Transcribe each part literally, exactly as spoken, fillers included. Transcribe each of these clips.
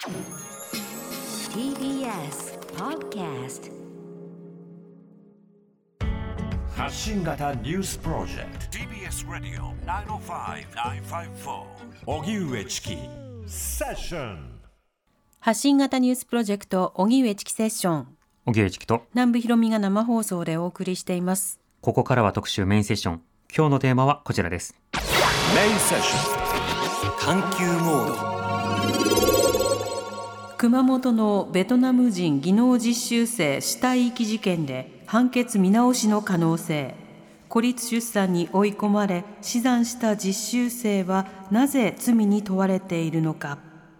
ティービーエス Podcast 発信型ニュースプロジェクト ティービーエス ラディオ きゅうまるご きゅうご 荻上チキセッション。 発信型ニュースプロジェクト荻上チキセッション、 荻上チキと南部ひろみが生放送でお送りしています。 ここからは特集メインセッション。今日のテーマはこちらです。 メインセッション探求モード。 熊本のベトナム人技能実習生死体遺棄事件で判決見直しの可能性。孤立出産に追い込まれ死産した実習生はなぜ罪に問われているのか。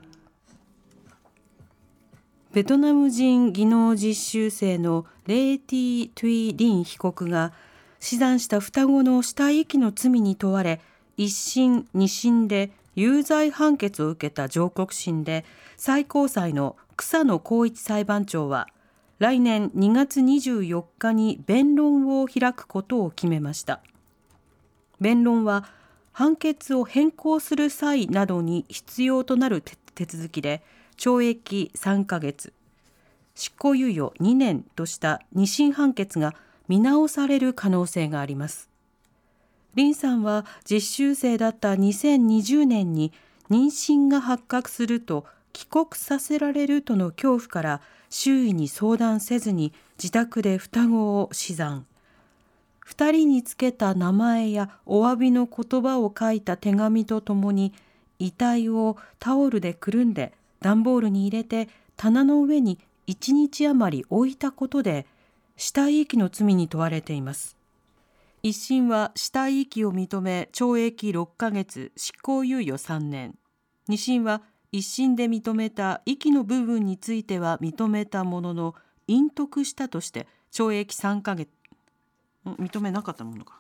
ベトナム人技能実習生のレーティ・トゥイ・リン被告が死産した双子の死体遺棄の罪に問われ、一審二審で有罪判決を受けた上告審で、最高裁の草野光一裁判長は来年にがつにじゅうよっかに弁論を開くことを決めました。弁論は判決を変更する際などに必要となる手続きで、懲役さんかげつ、執行猶予にねんとした二審判決が見直される可能性があります。リンさんは実習生だったにせんにじゅうねんに妊娠が発覚すると帰国させられるとの恐怖から周囲に相談せずに自宅で双子を死産。二人につけた名前やお詫びの言葉を書いた手紙とともに遺体をタオルでくるんで段ボールに入れて棚の上にいちにち余り置いたことで死体遺棄の罪に問われています。一審は死体遺棄を認め懲役ろっかげつ、執行猶予さんねん。二審は一審で認めた遺棄の部分については認めたものの隠匿したとして懲役さんかげつ、認めなかったものか。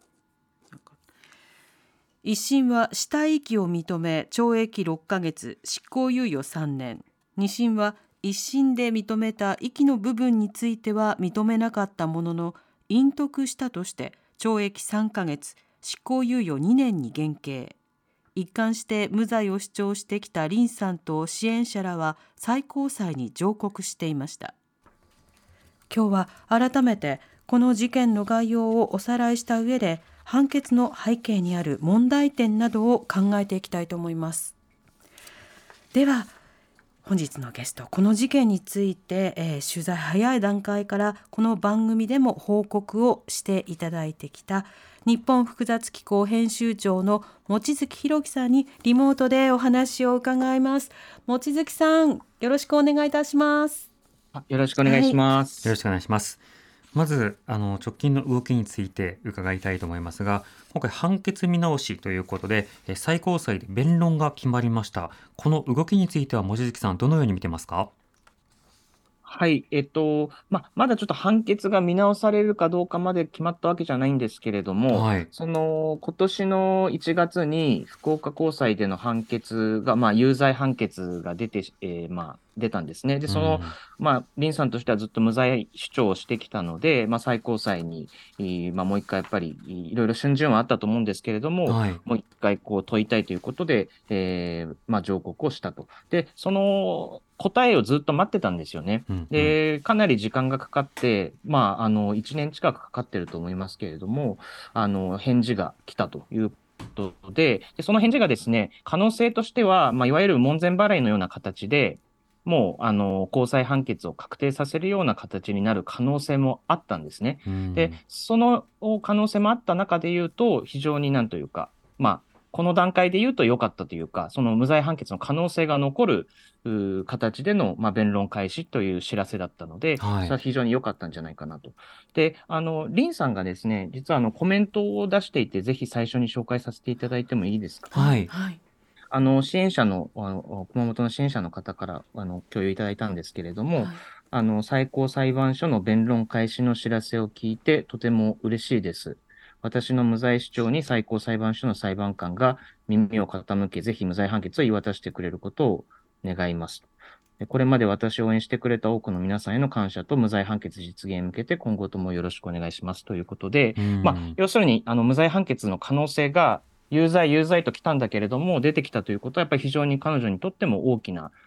一審は死体遺棄を認め懲役ろっかげつ、執行猶予さんねん。二審は一審で認めた遺棄の部分については認めなかったものの隠匿したとして懲役さんかげつ、執行猶予にねんに減刑。一貫して無罪を主張してきたリンさんと支援者らは最高裁に上告していました。今日は改めてこの事件の概要をおさらいした上で、判決の背景にある問題点などを考えていきたいと思います。では本日のゲスト、この事件について、えー、取材早い段階からこの番組でも報告をしていただいてきた日本複雑機構編集長の望月博樹さんにリモートでお話を伺います。望月さん、よろしくお願いいたします。 よろしくお願いします。 よろしくお願いします。まずあの直近の動きについて伺いたいと思いますが、今回判決見直しということで最高裁で弁論が決まりました。この動きについては望月さん、どのように見てますか？ はい、えっと、ま、まだちょっと判決が見直されるかどうかまで決まったわけじゃないんですけれども、 はい、 その、今年のいちがつに福岡高裁での判決が、まあ、有罪判決が出て、えーまあ、出たんですね。で、その、まあ、林さんとしてはずっと無罪主張をしてきたので、まあ、最高裁に、えーまあ、もう一回やっぱり、いろいろ逡巡はあったと思うんですけれども、 はい、 もう一回こう問いたいということで、えーまあ、上告をしたと。で、その答えをずっと待ってたんですよね。 うんうん、 で、かなり時間がかかって、まあ、あの、いちねん近くかかってると思いますけれども、あの、返事が来たということで、でその返事がですね、可能性としては、まあ、いわゆる門前払いのような形で、もう、あの、高裁判決を確定させるような形になる可能性もあったんですね。 うん、 で、その可能性もあった中で言うと、非常になんというか、まあ、この段階で言うと良かったというか、その無罪判決の可能性が残る形での、まあ、弁論開始という知らせだったので、 はい、 それは非常に良かったんじゃないかなと。で、あの、リンさんがですね、実はあのコメントを出していて、ぜひ最初に紹介させていただいてもいいですか？ はい、 はいあの、支援者の、あの熊本の支援者の方からあの共有いただいたんですけれども、 はい、 あの、最高裁判所の弁論開始の知らせを聞いて、とても嬉しいです。私の無罪主張に最高裁判所の裁判官が耳を傾け、ぜひ無罪判決を言い渡してくれることを願います。これまで私を応援してくれた多くの皆さんへの感謝と無罪判決実現に向けて今後ともよろしくお願いしますということで、まあ、要するにあの無罪判決の可能性が有罪有罪と来たんだけれども出てきたということはやっぱり非常に彼女にとっても大きな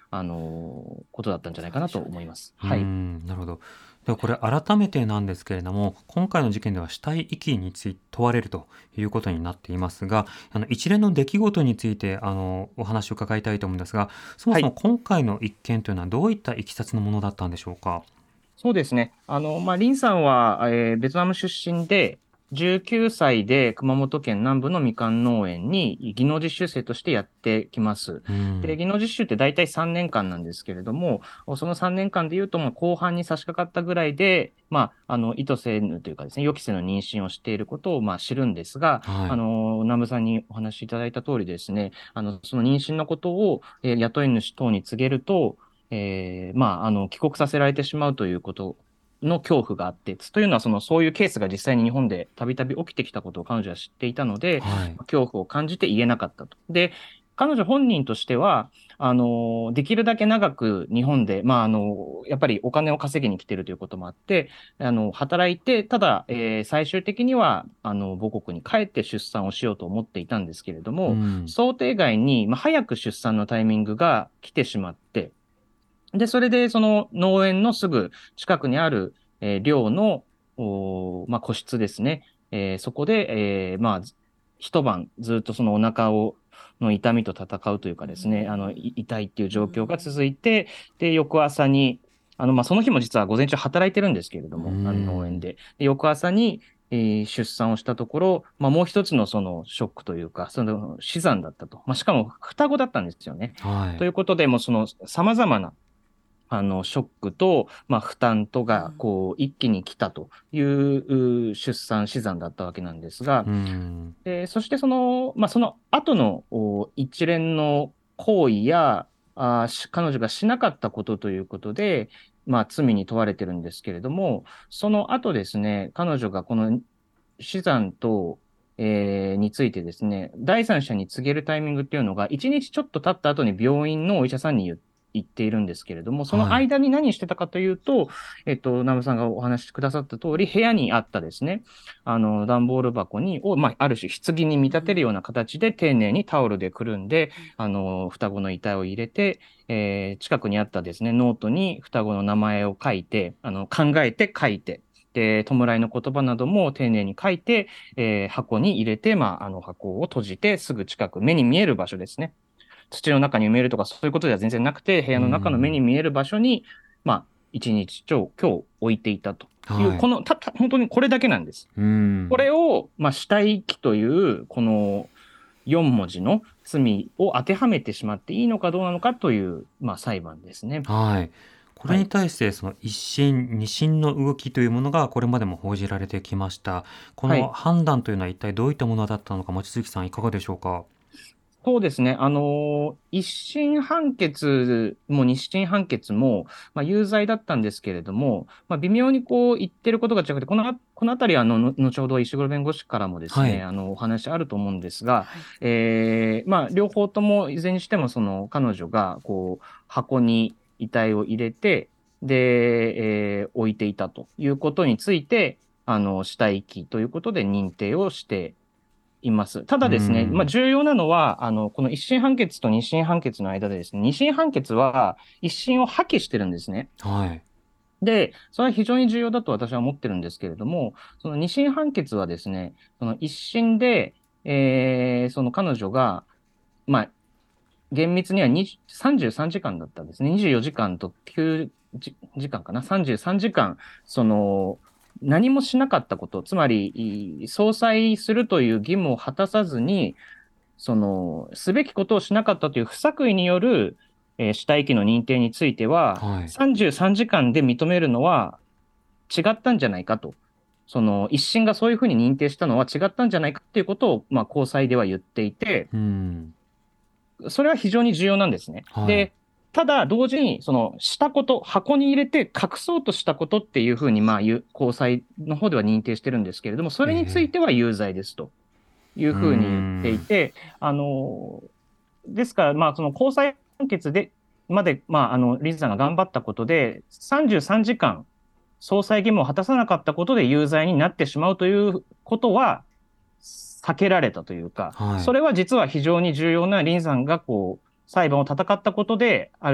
あのことだったんじゃないかなと思います。 うはい。 ん、なるほど。ではこれ改めてなんですけれども、今回の事件では死体遺棄について問われるということになっていますが、あの一連の出来事についてあのお話を伺いたいと思うんですが、そもそも今回の一件というのはどういったいきさつのものだったんでしょうか。 そうですね。あの、まあ、林さんは、えーベトナム出身で、じゅうきゅうさいで熊本県南部のみかん農園に技能実習生としてやってきます。 うんで、技能実習って大体さんねんかんなんですけれども、そのさんねんかんで言うと、まあ、後半に差し掛かったぐらいで、まあ、あの、意図せぬというかですね、予期せぬ妊娠をしていることを、まあ、知るんですが、 はいあの、南部さんにお話しいただいた通りですね、あの、その妊娠のことを、えー雇い主等に告げると、えーまあ、あの、帰国させられてしまうということの恐怖があって、というのはその、そういうケースが実際に日本でたびたび起きてきたことを彼女は知っていたので、 はい恐怖を感じて言えなかったと。で、彼女本人としては、あの、できるだけ長く日本で、まあ、あの、やっぱりお金を稼ぎに来てるということもあって、あの、働いて、ただ、えー最終的には、あの、母国に帰って出産をしようと思っていたんですけれどうも、 ん想定外に、まあ、早く出産のタイミングが来てしまって、で、それでその農園のすぐ近くにある、えー寮の、おーまあ、個室ですね。えーそこで、えーまあ、ず一晩ずっとそのお腹を、の痛みと戦うというかですね、あの、い痛いっていう状況が続いて、で、翌朝に、あの、まあ、その日も実は午前中働いてるんですけれども、 うんあの農園で。で、翌朝に、えー出産をしたところ、まあ、もう一つのそのショックというか、その死産だったと。まあ、しかも双子だったんですよね。 はいということで、もうその様々なあの、ショックと、まあ、負担とが、こう、一気に来たというう出産、死産だったわけなんですが、 うんでそしてその、まあ、その後のお一連の行為や、あーし彼女がしなかったことということで、まあ、罪に問われてるんですけれども、その後ですね、彼女がこの死産と、えーについてですね、第三者に告げるタイミングっていうのが、一日ちょっと経った後に病院のお医者さんに言言っているんですけれども、その間に何してたかというと、えっと、南部さんがお話しくださった通り、部屋にあったですね、あの、段ボール箱に、を、まあ、ある種、棺に見立てるような形で、丁寧にタオルでくるんで、あの、双子の遺体を入れて、えー近くにあったですね、ノートに双子の名前を書いて、あの、考えて書いて、で、弔いの言葉なども丁寧に書いて、えー箱に入れて、まあ、あの箱を閉じて、すぐ近く、目に見える場所ですね。土の中に埋めるとか、そういうことでは全然なくて、部屋の中の目に見える場所に、まあ、一日今日、今日置いていたという、 はいこの、た、た、本当にこれだけなんです。 うんこれを、まあ、死体遺棄という、このよん文字の罪を当てはめてしまっていいのかどうなのかという、まあ、裁判ですね。 はい。これに対してその一審、二審の動きというものがこれまでも報じられてきました。こはいの判断というのは一体どういったものだったのか、望月さんいかがでしょうか。 そうですね。あの、一審判決も二審判決も、まあ、有罪だったんですけれども、まあ、微妙にこう言ってることが違くて、この、このあたりはあの、の後ほど石黒弁護士からもですね、 はいあの、お話あると思うんですが、えーまあ、両方ともいずれにしても、その、彼女が、こう、箱に遺体を入れて、で、えー置いていたということについて、あの、死体遺棄ということで認定をしています。ただですね、 うんまあ、重要なのは、あの、この一審判決と二審判決の間でですね、二審判決は一審を破棄してるんですね。 はい。 で、それは非常に重要だと私は思ってるんですけれども、その二審判決はですね、その一審で、えーその彼女が、まあ、厳密にはにさんじゅうさんじかんだったんですね。にじゅうよじかんときゅうじ時間かな。さんじゅうさんじかん、その、何もしなかったこと、つまり、い総裁するという義務を果たさずに、その、すべきことをしなかったという不作為による、えー死体遺棄の認定については、 はいさんじゅうさんじかんで認めるのは違ったんじゃないかと。その、一審がそういうふうに認定したのは違ったんじゃないかっていうことを、まあ、高裁では言っていて、 うん。 それは非常に重要なんですね。 はいで、ただ同時に、その、したこと、箱に入れて隠そうとしたことっていうふうに、まあ、言う高裁の方では認定してるんですけれども、それについては有罪ですというふうに言っていて、あの、ですから、まあ、その高裁判決で、まで、まあ、あの、リズさんが頑張ったことで、さんじゅうさんじかん、総裁義務を果たさなかったことで有罪になってしまうということは、避けられたというか、 はいそれは実は非常に重要な林さんがこう裁判を戦ったことで、ある種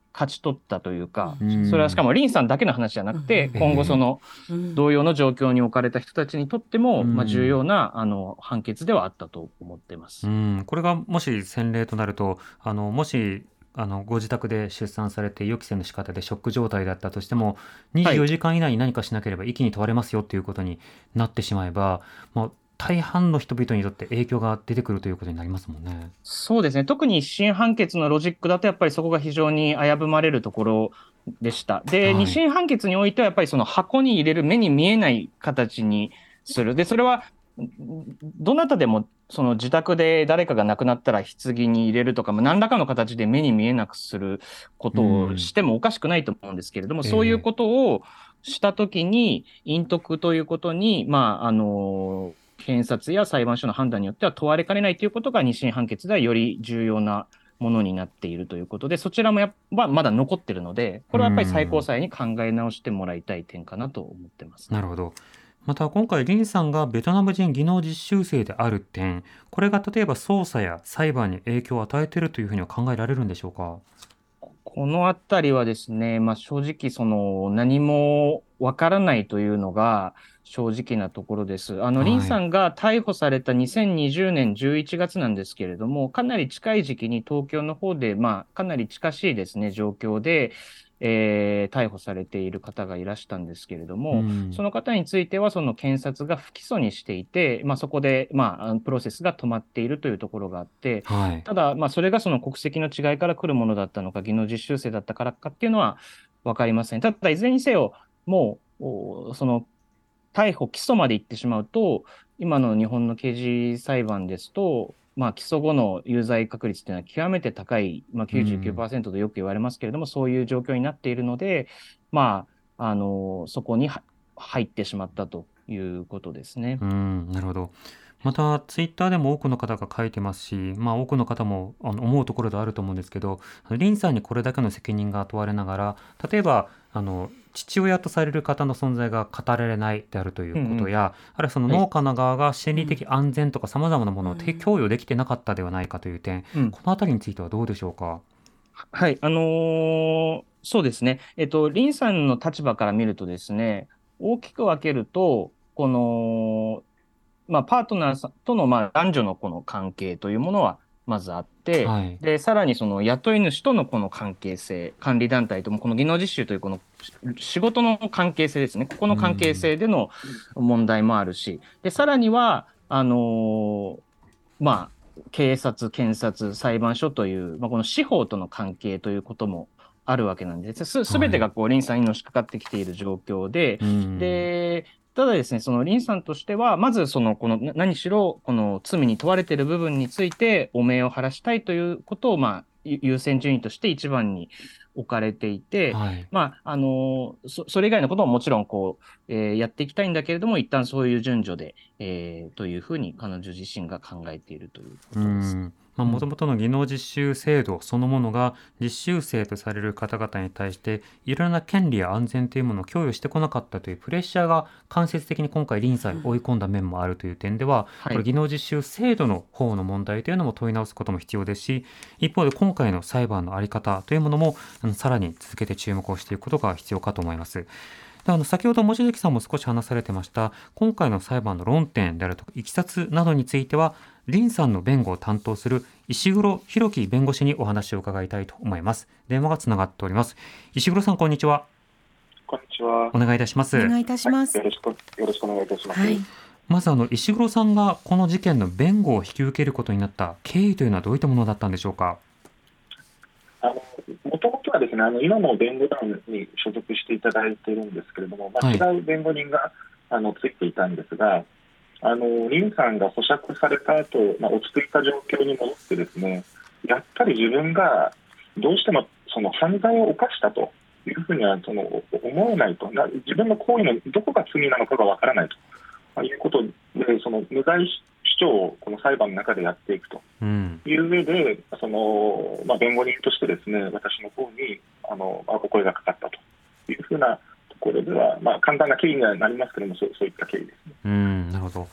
勝ち取ったというか、 うん、 それはしかも林さんだけの話じゃなくて、 うん、 今後その同様の状況に置かれた人たちにとっても、 うん、 まあ、重要なあの判決ではあったと思っています。 うん、これがもし先例となると、あのもしあのご自宅で出産されて予期せぬ仕方でショック状態だったとしてもにじゅうよじかん以内に何かしなければ遺棄に問われますよということになってしまえば、もう大半の人々にとって影響が出てくるということになりますもんね。 そうですね。特に一審判決のロジックだとやっぱりそこが非常に危ぶまれるところでした。で、はい、二審判決においてはやっぱりその箱に入れる目に見えない形にする。で、それはどなたでもその自宅で誰かが亡くなったら棺に入れるとか、何らかの形で目に見えなくすることをしてもおかしくないと思うんですけれども、うん、そういうことをしたときに隠匿ということに、まあ、あの、検察や裁判所の判断によっては問われかねないということが二審判決ではより重要なものになっているということで、そちらもやっぱまだ残っているので、これはやっぱり最高裁に考え直してもらいたい点かなと思ってます。 なるほど。また今回林さんがベトナム人技能実習生である点、これが例えば捜査や裁判に影響を与えているというふうには考えられるんでしょうか。 このあたりはですね、まあ、正直その何もわからないというのが正直なところです。あの、林さんが逮捕されたにせんにじゅうねんじゅういちがつなんですけれども、かなり近い時期に東京の方で、まあ、かなり近しいですね、状況で、えー、逮捕されている方がいらしたんですけれども、うん、その方については、その検察が不起訴にしていて、まあ、そこで、まあ、プロセスが止まっているというところがあって、はい、ただ、まあ、それがその国籍の違いから来るものだったのか、技能実習生だったからかっていうのは分かりません。ただ、いずれにせよ、もう、その、逮捕・起訴まで行ってしまうと、今の日本の刑事裁判ですと、まあ、起訴後の有罪確率というのは極めて高い、まあ、きゅうじゅうきゅうパーセント とよく言われますけれども、うん、そういう状況になっているので、まあ、あのそこに入ってしまったということですね。 うん、なるほど。またツイッターでも多くの方が書いてますし、まあ、多くの方もあの思うところであると思うんですけど、林さんにこれだけの責任が問われながら、例えばあの父親とされる方の存在が語られないであるということや、うんうん、あるいはその農家の側が心理的安全とかさまざまなものを供与できてなかったではないかという点、うん、このあたりについてはどうでしょうか。 はい、あのー、そうですね、えっと、林さんの立場から見るとですね、大きく分けると、この、まあ、パートナーさんとの、まあ、男女のこの関係というものはまずあって、はい、でさらにその雇い主とのこの関係性、管理団体ともこの技能実習というこの仕事の関係性ですね、ここの関係性での問題もあるし、でさらにはあのー、まあ警察、検察、裁判所という、まあ、この司法との関係ということもあるわけなんです。すべてがこう林さんにのしかかってきている状況で、はい、でただですね、その林さんとしては、まずそのこの何しろこの罪に問われている部分について汚名を晴らしたいということを、まあ、優先順位として一番に置かれていて、はい、まああの そ, それ以外のことももちろんこう、えー、やっていきたいんだけれども、一旦そういう順序で、えー、というふうに彼女自身が考えているということです。 もともとの技能実習制度そのものが実習生とされる方々に対していろんな権利や安全というものを供与してこなかったというプレッシャーが間接的に今回林さんに追い込んだ面もあるという点では、うん、これ技能実習制度の方の問題というのも問い直すことも必要ですし、一方で今回の裁判の在り方というものもさらに続けて注目をしていくことが必要かと思います。あの先ほど望月さんも少し話されてました今回の裁判の論点であるとかいきさつなどについては林さんの弁護を担当する石黒弘樹弁護士にお話を伺いたいと思います。電話がつながっております。石黒さん、こんにちは。 こんにちは。 お願いいたします。 お願いいたします。 はい、よろしくよろしくお願いいたします。 はい、 まずあの石黒さんがこの事件の弁護を引き受けることになった経緯というのはどういったものだったんでしょうか。 あのもともとはですね、あの今も弁護団に所属していただいているんですけれども、まあ、違う弁護人が、はい、あのついていたんですが、あの林さんが保釈された後、まあ、落ち着いた状況に戻ってですね、やっぱり自分がどうしてもその犯罪を犯したというふうにはその思えないと、自分の行為のどこが罪なのかがわからないということで、その無罪主張をこの裁判の中でやっていくという上で、うん、そのまあ、弁護人としてですね、私の方にあの、まあ、お声がかかったというふうなところでは、まあ、簡単な経緯にはなりますけれども、そう、そういった経緯ですね。 うん、なるほど。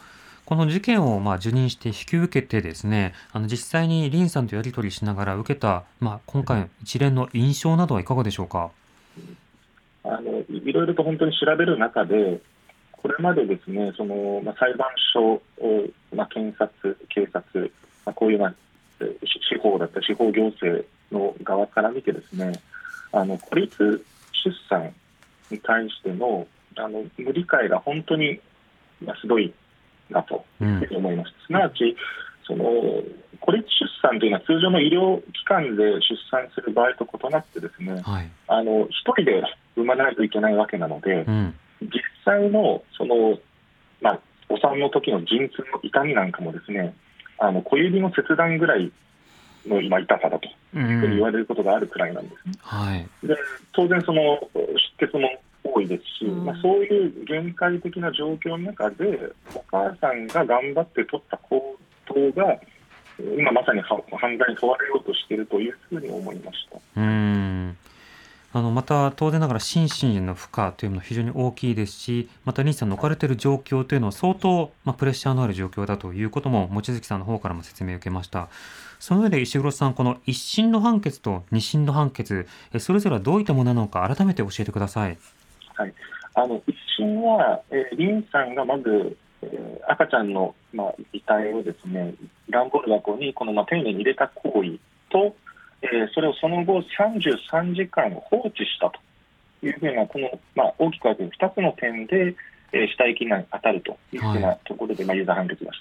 この事件をまあ受任して引き受けてですね、あの実際に林さんとやり取りしながら受けた、まあ、今回の一連の印象などはいかがでしょうか。 あのいろいろと本当に調べる中で、これまでですね、そのまあ、裁判所、まあ、検察、警察、まあ、こういう、まあ、司法だったり司法行政の側から見てですね、あの孤立出産に対してのあの無理解が本当にひどいなというふうに思いました。うん、すなわちその孤立出産というのは通常の医療機関で出産する場合と異なってですね、はい、あの一人で産まないといけないわけなので、うん、実際のその、まあ、お産の時の陣痛の痛みなんかもですね、あの小指の切断ぐらいの今痛さだというふうに言われることがあるくらいなんですね。うん、はい、で当然その出血も多いですし、うん、まあ、そういう限界的な状況の中でお母さんが頑張って取った行動が今まさに犯罪に問われようとしているというふうに思いました。 うーんあのまた当然ながら心身への負荷というのは非常に大きいですし、また林さんの置かれている状況というのは相当、まあ、プレッシャーのある状況だということも望月さんの方からも説明を受けました。その上で石黒さん、この一審の判決と二審の判決、それぞれはどういったものなのか改めて教えてください。 はい、あの一審は、えー、林さんがまず、えー、赤ちゃんの、まあ、遺体をですね、段ボール箱にこの、まあ、丁寧に入れた行為と、えー、それをその後さんじゅうさんじかん放置したというふうなこの、まあ、大きく分けるふたつの点で、えー、死体遺棄に当たるというふうなところで、はい、まあ、有罪判決がした。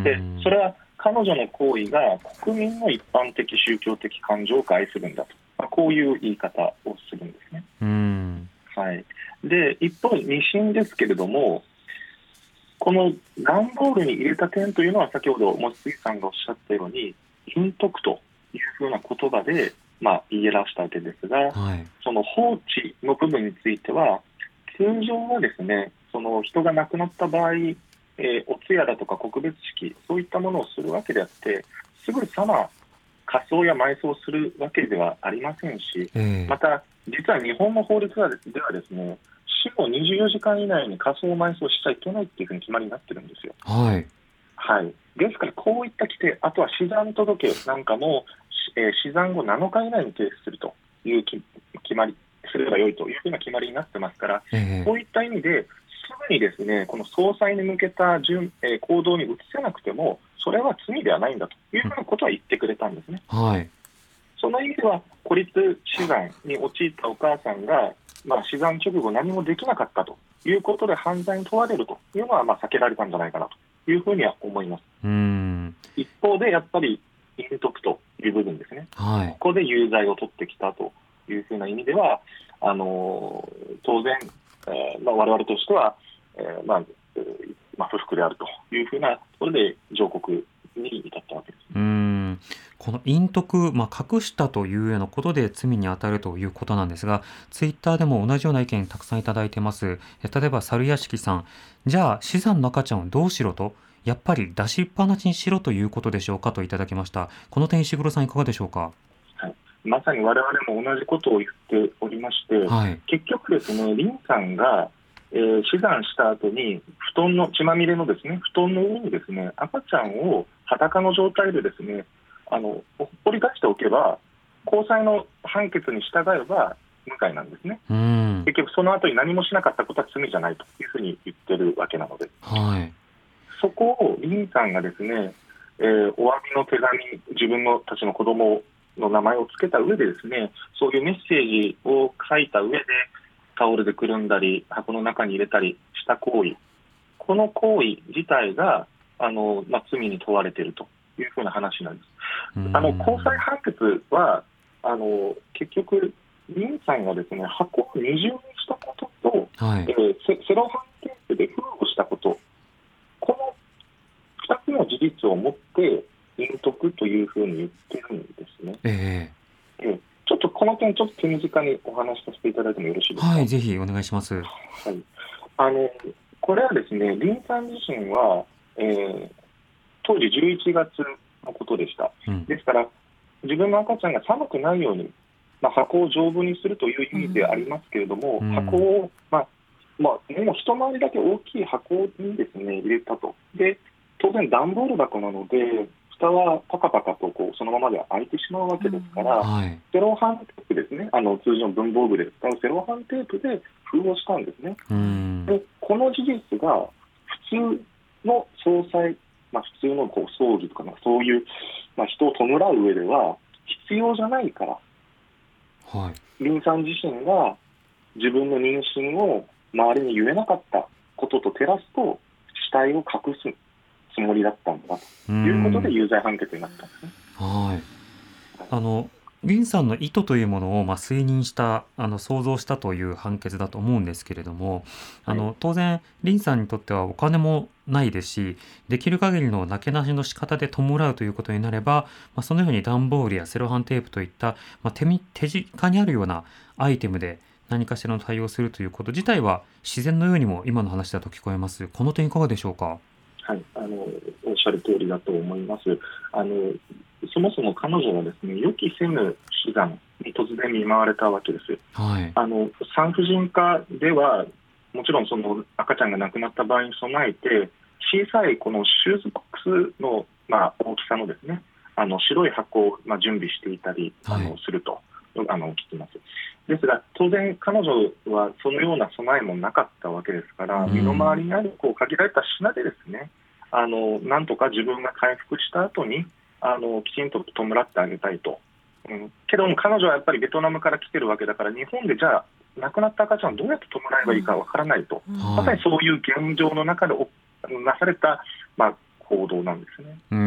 でそれは彼女の行為が国民の一般的宗教的感情を害するんだと、まあ、こういう言い方をするんですね。うんはい、で一方二審ですけれども、この段ボールに入れた点というのは先ほど望月さんがおっしゃったように隠匿というふうな言葉で、まあ、言い表したわけですが、はい、その放置の部分については通常はですね、その人が亡くなった場合、えー、お通夜だとか告別式そういったものをするわけであってすぐさま火葬や埋葬するわけではありませんし、えー、また実は日本の法律ではですね、死後にじゅうよじかん以内に火葬埋葬しちゃいけないっていうふうに決まりになってるんですよ。はいはい、ですからこういった規定、あとは死産届なんかも、えー、死産後なのか以内に提出するという決まりすればよいというふうな決まりになってますから、えー、こういった意味ですぐにですね、この総裁に向けた順、えー、行動に移せなくてもそれは罪ではないんだというふうなことは言ってくれたんですね。はい、その意味では孤立死産に陥ったお母さんが、まあ、死産直後何もできなかったということで犯罪に問われるというのは、まあ、避けられたんじゃないかなというふうには思います。うーん一方でやっぱり隠匿という部分ですね、はい、ここで有罪を取ってきたというふうな意味ではあのー、当然、えーまあ、我々としては、えーまあえーまあ、不服であるというふうなところで上告に至ったわけです。 うーんこの隠匿、まあ、隠したというようなことで罪に当たるということなんですが、ツイッターでも同じような意見たくさんいただいてます。例えば猿屋敷さん、じゃあ死産の赤ちゃんをどうしろと、やっぱり出しっぱなしにしろということでしょうかといただきました。この点石黒さんいかがでしょうか。 はい、まさに我々も同じことを言っておりまして、はい、結局ですね、林さんが、えー、死産した後に布団の血まみれのですね布団の上にですね赤ちゃんを裸の状態でですねあのほっぽり出しておけば高裁の判決に従えば無罪なんですね。うん結局その後に何もしなかったことは罪じゃないというふうに言ってるわけなので、はい、そこを林さんがですね、えー、お詫びの手紙自分のたちの子供の名前を付けた上でですねそういうメッセージを書いた上でタオルでくるんだり箱の中に入れたりした行為、この行為自体があの、まあ、罪に問われているというふうな話なんです。あの高裁判決はあの結局林さんがですね箱を二重にしたことと、はいえー、セ, セロハンテープで封をしたこと、このふたつの事実をもって隠匿というふうに言ってるんですね。えーえーちょっとこの点ちょっと手短にお話しさせていただいてもよろしいですか。 はい、ぜひお願いします。 はい、あのこれはですね林さん自身は、えー、当時じゅういちがつのことでした、うん、ですから自分の赤ちゃんが寒くないように、まあ、箱を丈夫にするという意味でありますけれども、うん、箱を、まあまあ、もう一回りだけ大きい箱にですね入れたと。で当然段ボール箱なので蓋はパカパカとこうそのままでは開いてしまうわけですから、 はい、 セロハンテープですね、あの通常の文房具で使うセロハンテープで封をしたんですね。 うんでこの事実が普通の総裁、まあ、普通のこう葬儀とか、そういう、まあ、人を弔う上では必要じゃないから、 はい、 林さん自身が自分の妊娠を周りに言えなかったことと照らすと死体を隠すつもりだったんだということで有罪判決になったんですね。 はい、あの林さんの意図というものを、まあ、推認したあの想像したという判決だと思うんですけれども、あの当然林さんにとってはお金もないですし、できる限りのなけなしの仕方で弔うということになれば、まあ、そのように段ボールやセロハンテープといった、まあ、手み手近にあるようなアイテムで何かしらの対応するということ自体は自然のようにも今の話だと聞こえます。この点いかがでしょうか。 はい、あのおっしゃる通りだと思います。あのそもそも彼女はですね、予期せぬ死産に突然見舞われたわけです。 はい、 あの産婦人科ではもちろんその赤ちゃんが亡くなった場合に備えて小さいこのシューズボックスの、まあ、大きさのですね、あの白い箱を、まあ、準備していたりあの、はい、するとあの聞きます。ですが当然彼女はそのような備えもなかったわけですから、身の回りにあるこう限られた品でですね、あのなんとか自分が回復した後にあのきちんと弔ってあげたいと、うん、けども彼女はやっぱりベトナムから来てるわけだから、日本でじゃあ亡くなった赤ちゃんをどうやって弔えばいいかわからないと、うん、まさにそういう現状の中でなされた、まあ、行動なんですね。 うん、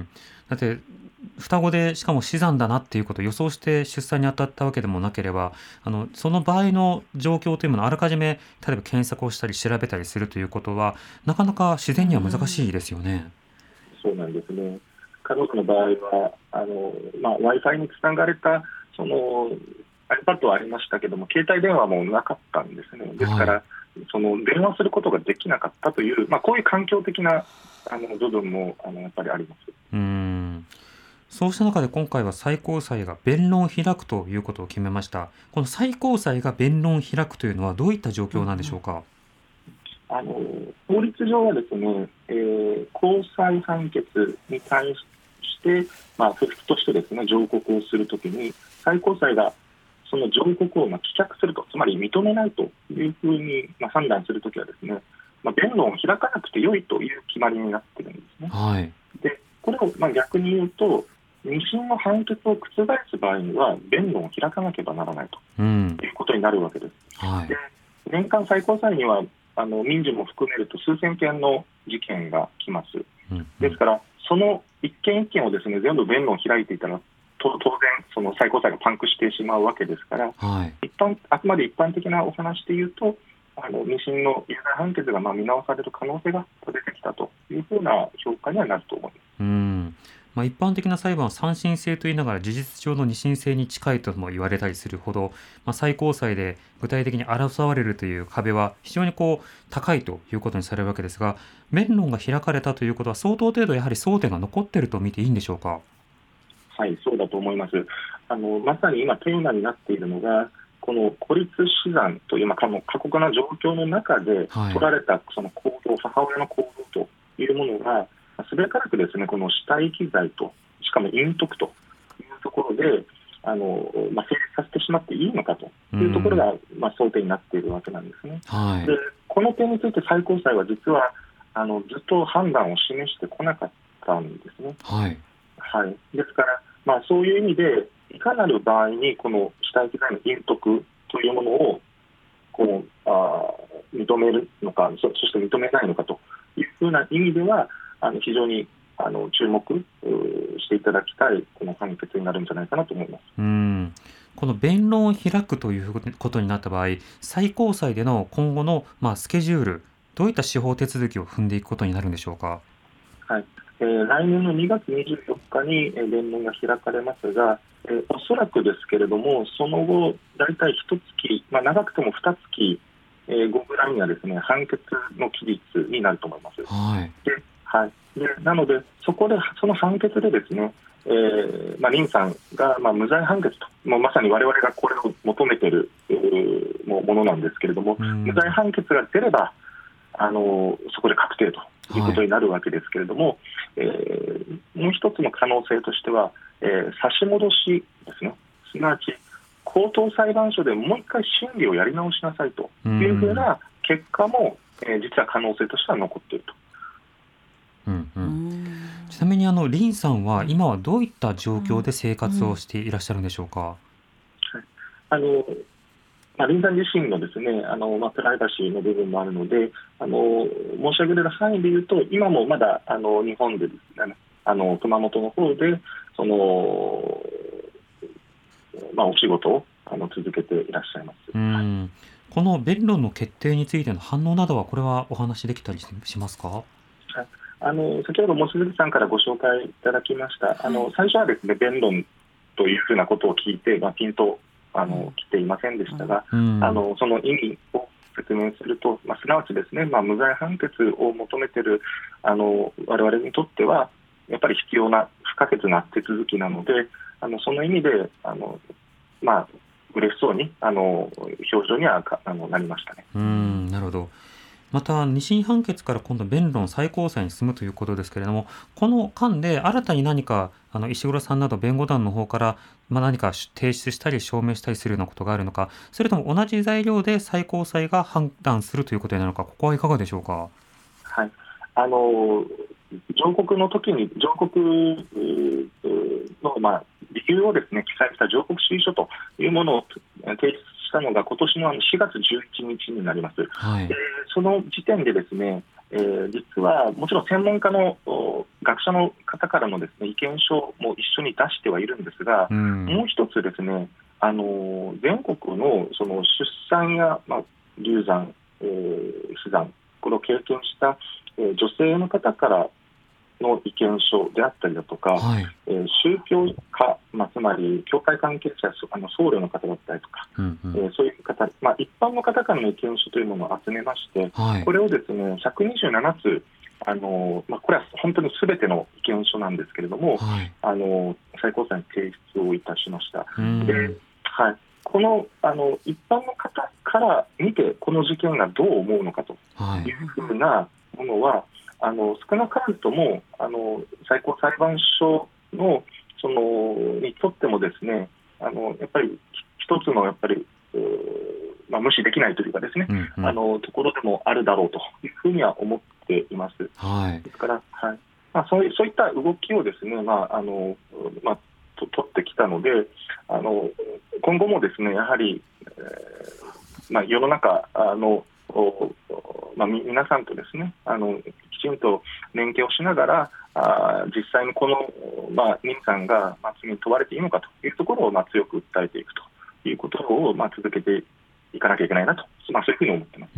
だって双子でしかも死産だなっていうことを予想して出産に当たったわけでもなければ、あのその場合の状況というものをあらかじめ例えば検索をしたり調べたりするということはなかなか自然には難しいですよね。 うん、そうなんですね。彼女の場合はあの、まあ、Wi-Fi につながれたその iPad はありましたけども、携帯電話もなかったんですね。ですから、はい、その電話することができなかったという、まあ、こういう環境的なあの部分もあのやっぱりあります。 うーん、そうした中で今回は最高裁が弁論を開くということを決めました。この最高裁が弁論を開くというのはどういった状況なんでしょうか。 あの法律上はですね、えー、高裁判決に対して、まあ、不服としてですね上告をするときに最高裁がその上告をまあ棄却すると、つまり認めないというふうにまあ判断するときはですね、まあ、弁論を開かなくてよいという決まりになっているんですね。 はい、でこれをまあ逆に言うと、二審の判決を覆す場合には弁論を開かなければならないと、うん、いうことになるわけです。 はい、 で年間最高裁にはあの民事も含めると数千件の事件が来ます。うんうん、ですからその一件一件をですね全部弁論を開いていたら当然その最高裁がパンクしてしまうわけですから、 はい、 一般あくまで一般的なお話で言うと、あの二審の有罪判決がまあ見直される可能性が出てきたというふうな評価にはなると思います。 うん、まあ、一般的な裁判は三審制といいながら事実上の二審制に近いとも言われたりするほど、まあ、最高裁で具体的に争われるという壁は非常にこう高いということにされるわけですが、弁論が開かれたということは相当程度やはり争点が残っていると見ていいんでしょうか。 はい、そうだと思います。あのまさに今テーマになっているのがこの孤立死産という、まあ、過酷な状況の中で取られたその行動、はい、母親の行動というものがすべからくですね、この死体遺棄としかも隠匿というところであの、まあ、成立させてしまっていいのかというところが、まあ、争点になっているわけなんですね。 はい、 でこの点について最高裁は実はあのずっと判断を示してこなかったんですね。 はいはい、ですから、まあ、そういう意味でいかなる場合にこの死体遺棄罪の隠匿というものをこうあ認めるのか、そ, そして認めないのかというふうな意味ではあの非常にあの注目していただきたいこの判決になるんじゃないかなと思います。 うん、この弁論を開くということになった場合、最高裁での今後の、まあ、スケジュール、どういった司法手続きを踏んでいくことになるんでしょうか。 はい、えー、来年のにがつにじゅうよっかに弁論が開かれますが、えー、おそらくですけれどもその後だいたいいっかげつ、まあ、長くてもにがつごぐらいにはですね判決の期日になると思います。 はい、 ではい、でなのでそこでその判決でですね、えーまあ、林さんが、まあ、無罪判決と、もうまさに我々がこれを求めているものなんですけれども、うん、無罪判決が出ればあのそこで確定ということになるわけですけれども、はい、えー、もう一つの可能性としては、えー、差し戻しですね。すなわち高等裁判所でもう一回審理をやり直しなさいというふうな結果も、えー、実は可能性としては残っていると。 うんうん、ちなみにあの林さんは今はどういった状況で生活をしていらっしゃるんでしょうか。 うんうん、あのまあ、林さん自身のですね、あの、まあ、プライバシーの部分もあるので、あの申し上げられる範囲でいうと、今もまだあの日本でですね、あの熊本の方でその、まあ、お仕事をあの続けていらっしゃいます。うん、 この弁論の決定についての反応などは、これはお話できたりしますか。 あの先ほど望月さんからご紹介いただきました、あの最初はですね、弁論というふうなことを聞いて、まあ、ピンとあの来ていませんでしたが、うん、あのその意味を説明すると、まあ、すなわちですね、まあ、無罪判決を求めているあの我々にとってはやっぱり必要な不可欠な手続きなので、あのその意味であの、まあ、嬉しそうにあの表情にはあのなりましたね。 うん、なるほど。また二審判決から今度弁論最高裁に進むということですけれども、この間で新たに何かあの石黒さんなど弁護団の方から、まあ、何か提出したり証明したりするようなことがあるのか、それとも同じ材料で最高裁が判断するということになるのか、ここはいかがでしょうか。 はい、あの上告の時に上告の、まあ、理由をですね記載した上告指示書というものを提出したのが今年のしがつじゅういちにちになります。はい、でその時点でですね、えー、実はもちろん専門家の学者の方からのですね意見書も一緒に出してはいるんですが、うん、もう一つですね、あの全国のその出産や、まあ、流産、えー、死産これを経験した、えー、女性の方からの意見書であったりだとか、はい、えー、宗教家、まあ、つまり教会関係者、あの僧侶の方だったりとか、うんうん、えー、そういう方、まあ、一般の方からの意見書というものを集めまして、はい、これをですねひゃくにじゅうななつ、あのまあ、これは本当にすべての意見書なんですけれども、はい、あの最高裁に提出をいたしました。で、はい、この、あの一般の方から見てこの事件がどう思うのかというふうなものは、あの少なからずともあの最高裁判所のそのにとってもですね、あのやっぱり一つのやっぱり、えーまあ、無視できないというかですね、うんうん、あのところでもあるだろうというふうには思っています。はい、ですから、はい、まあ、そうい、そういった動きをですね、まああのまあ、と取ってきたので、あの今後もですねやはり、えーまあ、世の中のまあ、皆さんとですねあのきちんと連携をしながら、あ実際にこの、まあ、任さんが、まあ、罪に問われていいのかというところを、まあ、強く訴えていくということを、まあ、続けていかなきゃいけないなと、まあ、そういうふうに思っています。 うん、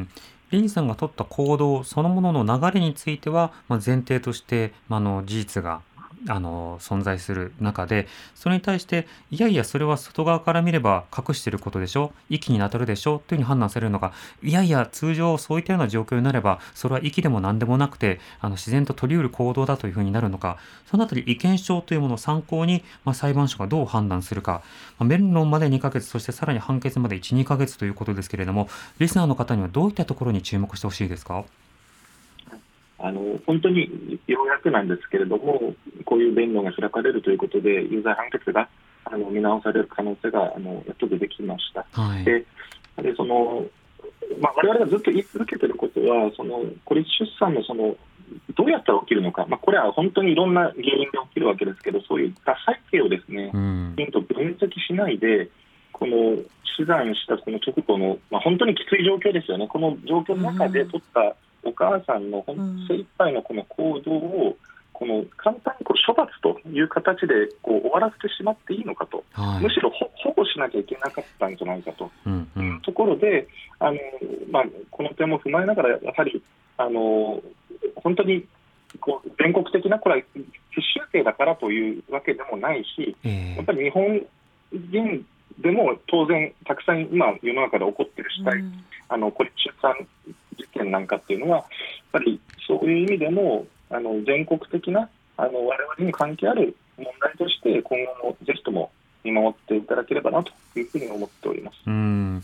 林さんが取った行動そのものの流れについては、まあ、前提として、まあ、の事実があの存在する中で、それに対していやいやそれは外側から見れば隠していることでしょ、遺棄に当たるでしょというふうに判断されるのか、いやいや通常そういったような状況になればそれは遺棄でも何でもなくてあの自然と取り得る行動だというふうになるのか、そのあたり意見書というものを参考に、まあ、裁判所がどう判断するか、まあ、弁論までにかげつ、そしてさらに判決までいち、にかげつということですけれども、リスナーの方にはどういったところに注目してほしいですか。 あの本当にようやくなんですけれども、こういう弁論が開かれるということで有罪判決があの見直される可能性があのやっと出てきました。はい、ででそのまあ、我々がずっと言い続けていることは、その孤立出産のそのどうやったら起きるのか、まあ、これは本当にいろんな原因で起きるわけですけど、そういった背景をですね、きちんと分析しないで、この死産したこの直後の、まあ、本当にきつい状況ですよね。この状況の中で取ったお母さんの精一杯のこの行動をこの簡単にこう処罰という形でこう終わらせてしまっていいのかと、はい、むしろ保護しなきゃいけなかったんじゃないかというところで、あの、まあ、この点も踏まえながら、やはりあの本当にこう全国的なこれは必修刑だからというわけでもないし、えー、やっぱり日本人でも当然たくさん今世の中で起こっている死体、うん、あの孤立出産事件なんかっていうのはやっぱりそういう意味でもあの全国的なあの我々に関係ある問題として今後もぜひとも見守っていただければなというふうに思っております。 うん、こ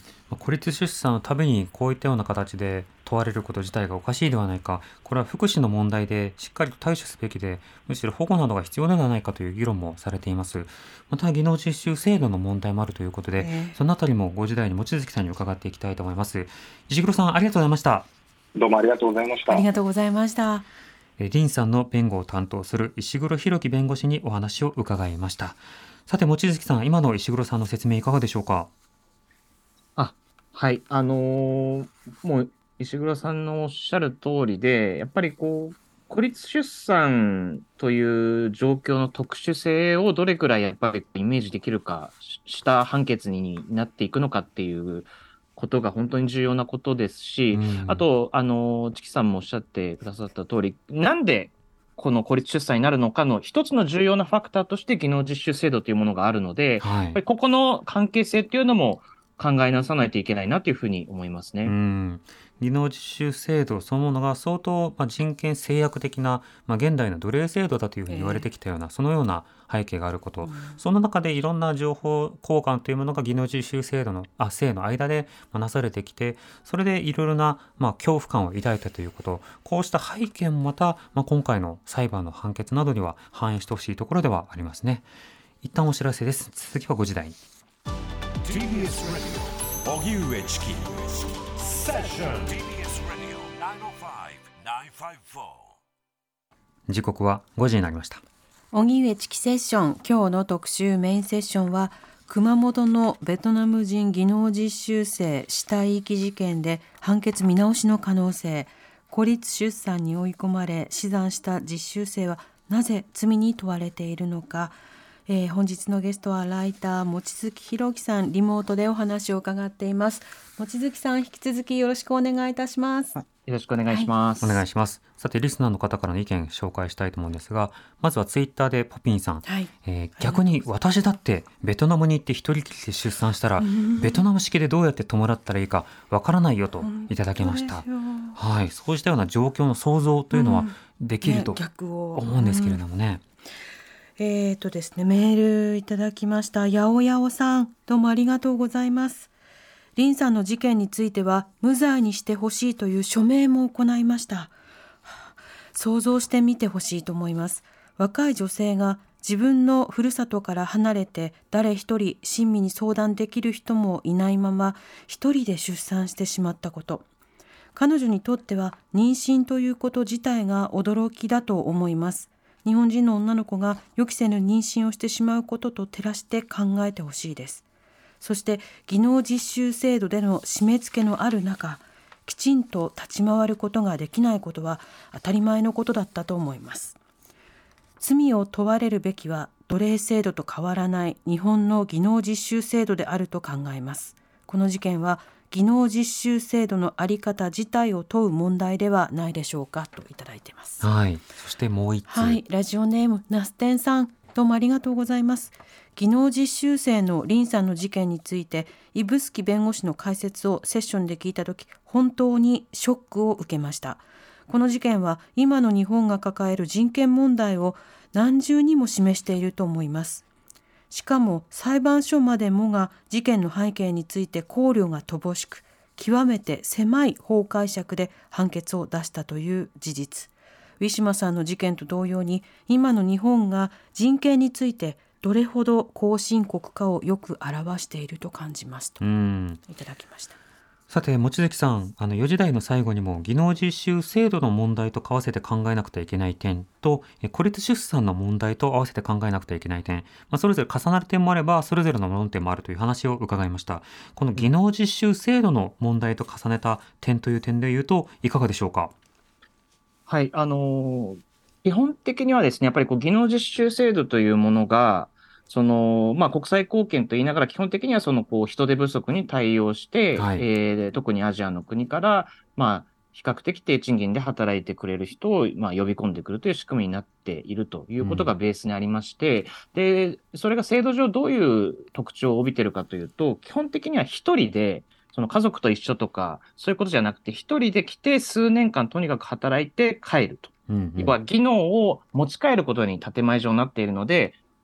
孤立出産のたびにこういったような形で問われること自体がおかしいではないか、これは福祉の問題でしっかりと対処すべきで、むしろ保護などが必要ではないかという議論もされています。また技能実習制度の問題もあるということで、 えーそのあたりもご時代に望月さんに伺っていきたいと思います。石黒さん、ありがとうございました。 どうもありがとうございました。 ありがとうございました。 え林さんの弁護を担当する石黒弘樹弁護士にお話を伺いました。さて望月さん、今の石黒さんの説明いかがでしょうか。 あ、はい。あのーもう石黒さんのおっしゃる通りで、やっぱりこう、孤立出産という状況の特殊性をどれくらいやっぱりイメージできるかしした判決になっていくのかっていうことが本当に重要なことですし、 うんあと、あの、チキさんもおっしゃってくださった通り、なんでこの孤立出産になるのかの一つの重要なファクターとして技能実習制度というものがあるので、 はいやっぱりここの関係性っていうのも考え直さないといけないなというふうに思いますね。 うん技能実習制度そのものが相当、まあ、人権制約的な、まあ、現代の奴隷制度だというふうに言われてきたような、そのような背景があること、その中でいろんな情報交換というものが技能実習制度のあ制の間でまあなされてきて、それでいろいろな、まあ、恐怖感を抱いたということ、こうした背景もまた、まあ、今回の裁判の判決などには反映してほしいところではありますね。一旦お知らせです。続きはご時台。 ティービーエス ラジオ荻上チキセッション ティービーエス ラジオきゅうまるご、きゅうごよん。 時刻はごじになりました。 荻上チキセッション、今日の特集メインセッションは熊本のベトナム人技能実習生死体遺棄事件で判決見直しの可能性、孤立出産に追い込まれ死産した実習生はなぜ罪に問われているのか、えー、本日のゲストはライター望月博樹さん、リモートでお話を伺っています。望月さん、引き続きよろしくお願いいたします。 よろしくお願いします。 お願いします。さてリスナーの方からの意見紹介したいと思うんですが、まずはツイッターでポピンさん、 はい、 えー逆に私だってベトナムに行って一人きりで出産したら、ベトナム式でどうやって弔ったらいいかわからないよといただきました。はい、そうしたような状況の想像というのはできると思うんですけれどもね。 えーとですね、メールいただきました。やおやおさん、どうもありがとうございます。林さんの事件については無罪にしてほしいという署名も行いました。想像してみてほしいと思います。若い女性が自分のふるさとから離れて誰一人親身に相談できる人もいないまま一人で出産してしまったこと。彼女にとっては妊娠ということ自体が驚きだと思います。日本人の女の子が予期せぬ妊娠をしてしまうことと照らして考えてほしいです。そして技能実習制度での締め付けのある中、きちんと立ち回ることができないことは当たり前のことだったと思います。罪を問われるべきは奴隷制度と変わらない日本の技能実習制度であると考えます。この事件は技能実習制度のあり方自体を問う問題ではないでしょうか、といただいています。 はい、そしてもう一つ、 はい、ラジオネームナステンさん、どうもありがとうございます。技能実習生の林さんの事件について指宿弁護士の解説をセッションで聞いたとき、本当にショックを受けました。この事件は今の日本が抱える人権問題を何重にも示していると思います。しかも裁判所までもが事件の背景について考慮が乏しく、極めて狭い法解釈で判決を出したという事実。ウィシュマさんの事件と同様に、今の日本が人権についてどれほど後進国かをよく表していると感じますとうんいただきました。 さて望月さん、あのよじ台の最後にも技能実習制度の問題と合わせて考えなくてはいけない点とえ孤立出産の問題と合わせて考えなくてはいけない点、まあ、それぞれ重なる点もあればそれぞれの論点もあるという話を伺いました。この技能実習制度の問題と重ねた点という点でいうといかがでしょうか。 はい、あのー基本的にはですね、やっぱりこう技能実習制度というものが、そのまあ、国際貢献と言いながら、基本的にはそのこう人手不足に対応して、 はいえー特にアジアの国から、まあ、比較的低賃金で働いてくれる人を、まあ、呼び込んでくるという仕組みになっているということがベースにありまして、うん、でそれが制度上どういう特徴を帯びているかというと、基本的には一人で、その家族と一緒とか、そういうことじゃなくて、一人で来て数年間とにかく働いて帰ると。 うんうん、 要は技能を持ち帰ることに建前上なっているので、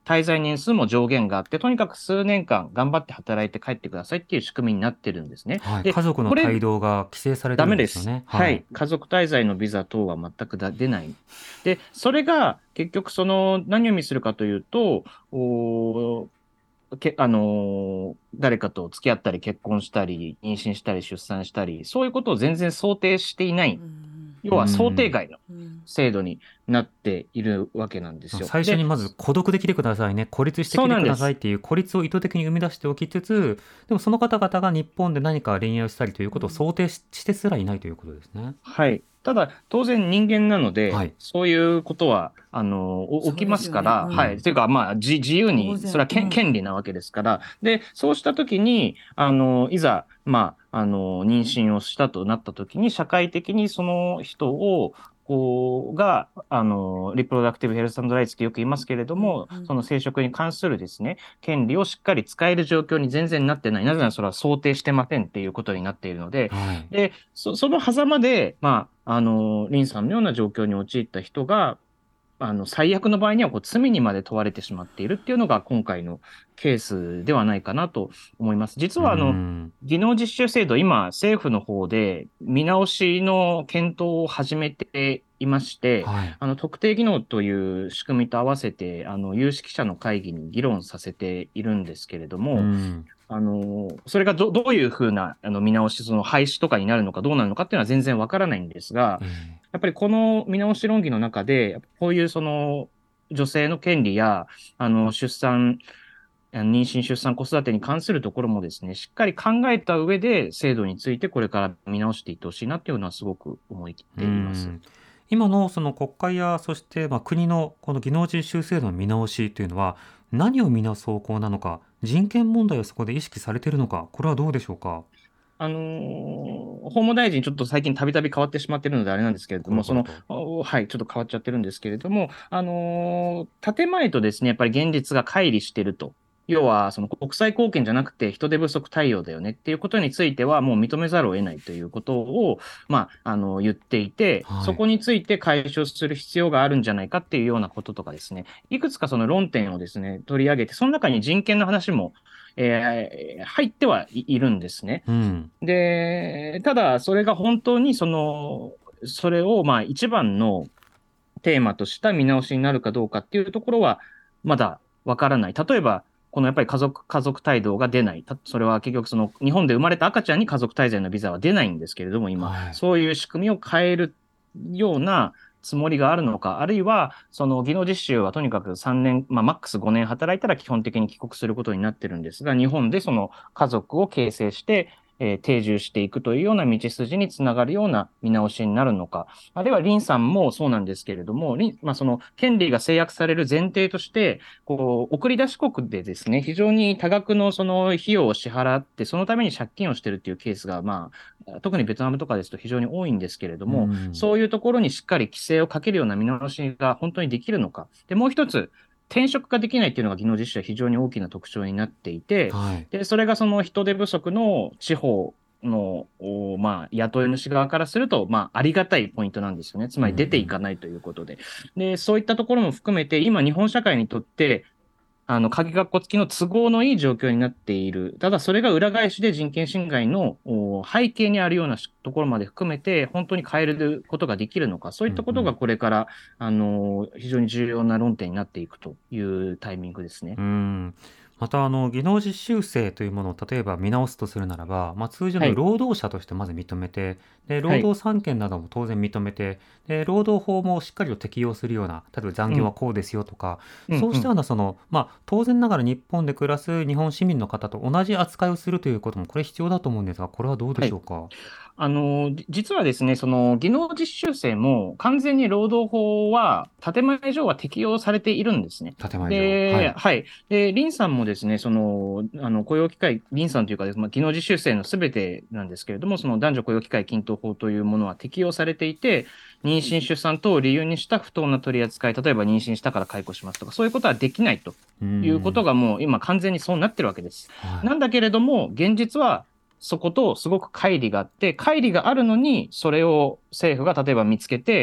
滞在年数も上限があって、とにかく数年間頑張って働いて帰ってくださいっていう仕組みになってるんですね。 はい、 で家族のこれ帯同が規制されてるんですよね。 ダメです。はい。家族滞在のビザ等は全くだ出ない。で、それが結局その何を意味するかというと、おけあのー誰かと付き合ったり結婚したり妊娠したり出産したり、そういうことを全然想定していない、要は想定外の制度になっているわけなんですよ。 最初にまず孤独で来てくださいね、孤立してきてくださいっていう孤立を意図的に生み出しておきつつ、でもその方々が日本で何か恋愛をしたりということを想定 し,、してすらいないということですね。 はい。ただ、当然人間なので、 はい、 そういうことは、あの、起きますから、 ねうん、 はい。というか、まあ、自自由に、それは権、うん、権利なわけですから、で、そうしたときに、あの、いざ、まあ、あの、妊娠をしたとなったときに、社会的にその人を、こうが、あの、リプロダクティブヘルス&ライツってよく言いますけれども、うんうん、その生殖に関するですね、権利をしっかり使える状況に全然なってない。なぜならそれは想定してませんっていうことになっているので、はい、で、そ, その狭間で、まあ、あの、リンさんのような状況に陥った人が、あの、最悪の場合にはこう罪にまで問われてしまっているっていうのが今回のケースではないかなと思います。実はあの、技能実習制度、今政府の方で見直しの検討を始めていまして、はい、あの、特定技能という仕組みと合わせて、あの、有識者の会議に議論させているんですけれども、あの、それが ど, どういうふうなあの見直し、その廃止とかになるのかどうなるのかっていうのは全然わからないんですが、うん、やっぱりこの見直し論議の中で、こういうその女性の権利や、あの、出産、妊娠、出産、子育てに関するところもですね、しっかり考えた上で制度についてこれから見直していってほしいなっていうのはすごく思い切っています。 今のその国会やそしてまあ国のこの技能実習制度の見直しというのは何を見直す方向なのか、人権問題をそこで意識されているのか、これはどうでしょうか。 あのー、法務大臣、ちょっと最近たびたび変わってしまっているのであれなんですけれども、その、はい、ちょっと変わっちゃってるんですけれども、あのー、建前とですね、やっぱり現実が乖離していると。要は、その国際貢献じゃなくて人手不足対応だよねっていうことについてはもう認めざるを得ないということを、まあ、あの、言っていて、はい、そこについて解消する必要があるんじゃないかっていうようなこととかですね、いくつかその論点をですね、取り上げて、その中に人権の話も、えー、入ってはいるんですね。うん、で、ただ、それが本当にその、それをまあ一番のテーマとした見直しになるかどうかっていうところは、まだわからない。例えば、このやっぱり家族、家族帯同が出ない。それは結局その日本で生まれた赤ちゃんに家族滞在のビザは出ないんですけれども、今、はい、そういう仕組みを変えるようなつもりがあるのか、あるいはその技能実習はとにかくさんねん、まあマックスごねん働いたら基本的に帰国することになってるんですが、日本でその家族を形成して、えー、定住していくというような道筋につながるような見直しになるのか、あるいは林さんもそうなんですけれども、まあ、その権利が制約される前提として、こう送り出し国でですね、非常に多額のその費用を支払って、そのために借金をしているっていうケースが、まあ、特にベトナムとかですと非常に多いんですけれども、うん、そういうところにしっかり規制をかけるような見直しが本当にできるのか。で、もう一つ、転職ができないっていうのが技能実習は非常に大きな特徴になっていて、はい、で、それがその人手不足の地方の、まあ、雇い主側からすると、まあ、ありがたいポイントなんですよね。つまり出ていかないということで。うん、で、そういったところも含めて、今日本社会にとって、あの、鍵括弧付きの都合のいい状況になっている。ただ、それが裏返しで人権侵害の背景にあるようなところまで含めて、本当に変えることができるのか、そういったことがこれから、うん、あの、非常に重要な論点になっていくというタイミングですね。 うん、またあの技能実習生というものを例えば見直すとするならば、まあ、通常の労働者としてまず認めて、はい、で労働三権なども当然認めて、で労働法もしっかりと適用するような、例えば残業はこうですよとか、うん、そうしたようなその、まあ、当然ながら日本で暮らす日本市民の方と同じ扱いをするということもこれ必要だと思うんですが、これはどうでしょうか。はい、 あの実はですね、その技能実習生も完全に労働法は建前上は適用されているんですね。 建前上。 で、はい。はい。で、林さんもですね、その、あの、雇用機会、林さんというか、まあ、技能実習生のすべてなんですけれども、その男女雇用機会均等法というものは適用されていて、妊娠、出産等を理由にした不当な取り扱い、例えば妊娠したから解雇しますとか、そういうことはできないということがもう今完全にそうなってるわけです。はい、なんだけれども、現実は、そことすごく乖離があって、乖離があるのに、それを政府が例えば見つけて、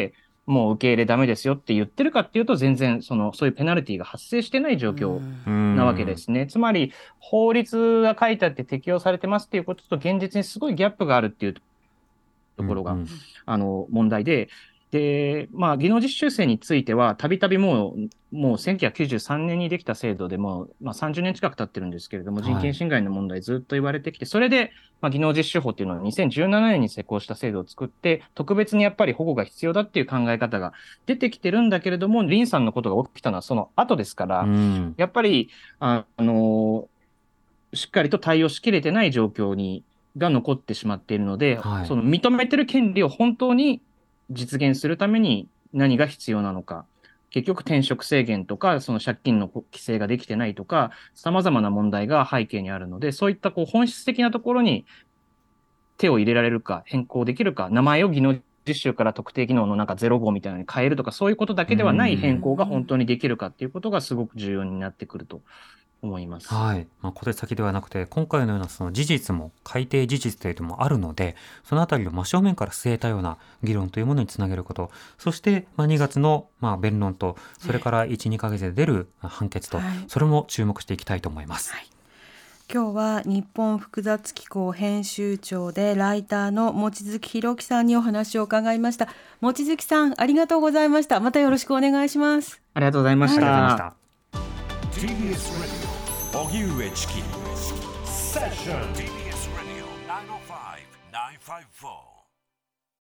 もう受け入れダメですよって言ってるかっていうと、全然そのそういうペナルティが発生してない状況なわけですね。つまり法律が書いてあって適用されてますっていうことと現実にすごいギャップがあるっていうところが、うんうん、あの問題で、で、まあ、技能実習生については、たびたびもう、もうせんきゅうひゃくきゅうじゅうさんねんにできた制度でも、まあ、さんじゅうねん近く経ってるんですけれども、人権侵害の問題ずっと言われてきて、はい、それで、まあ、技能実習法っていうのはにせんじゅうななねんに施行した制度を作って、特別にやっぱり保護が必要だっていう考え方が出てきてるんだけれども、リンさんのことが起きたのはその後ですから、うん、やっぱり、あの、しっかりと対応しきれてない状況に、が残ってしまっているので、はい、その認めてる権利を本当に実現するために何が必要なのか。結局転職制限とか、その借金の規制ができてないとか、様々な問題が背景にあるので、そういったこう本質的なところに手を入れられるか、変更できるか、名前を技能実習から特定技能のなんかゼロごみたいなのに変えるとか、そういうことだけではない変更が本当にできるかっていうことがすごく重要になってくると思います。 はい。まあ、小手先ではなくて、今回のようなその事実も改定事実というのもあるので、そのあたりを真正面から据えたような議論というものにつなげること、そしてまあにがつのまあ弁論と、それからいち、にかげつで出る判決と、それも注目していきたいと思います。はい、 今日は日本複雑機構編集長でライターの望月博樹さんにお話を伺いました。望月さん、ありがとうございました。またよろしくお願いします。 ありがとうございました。はい、 ありがとうございました。ティービーエス Radio 荻上チキセッション ティービーエス Radio ナインオーファイブ ナインファイブフォー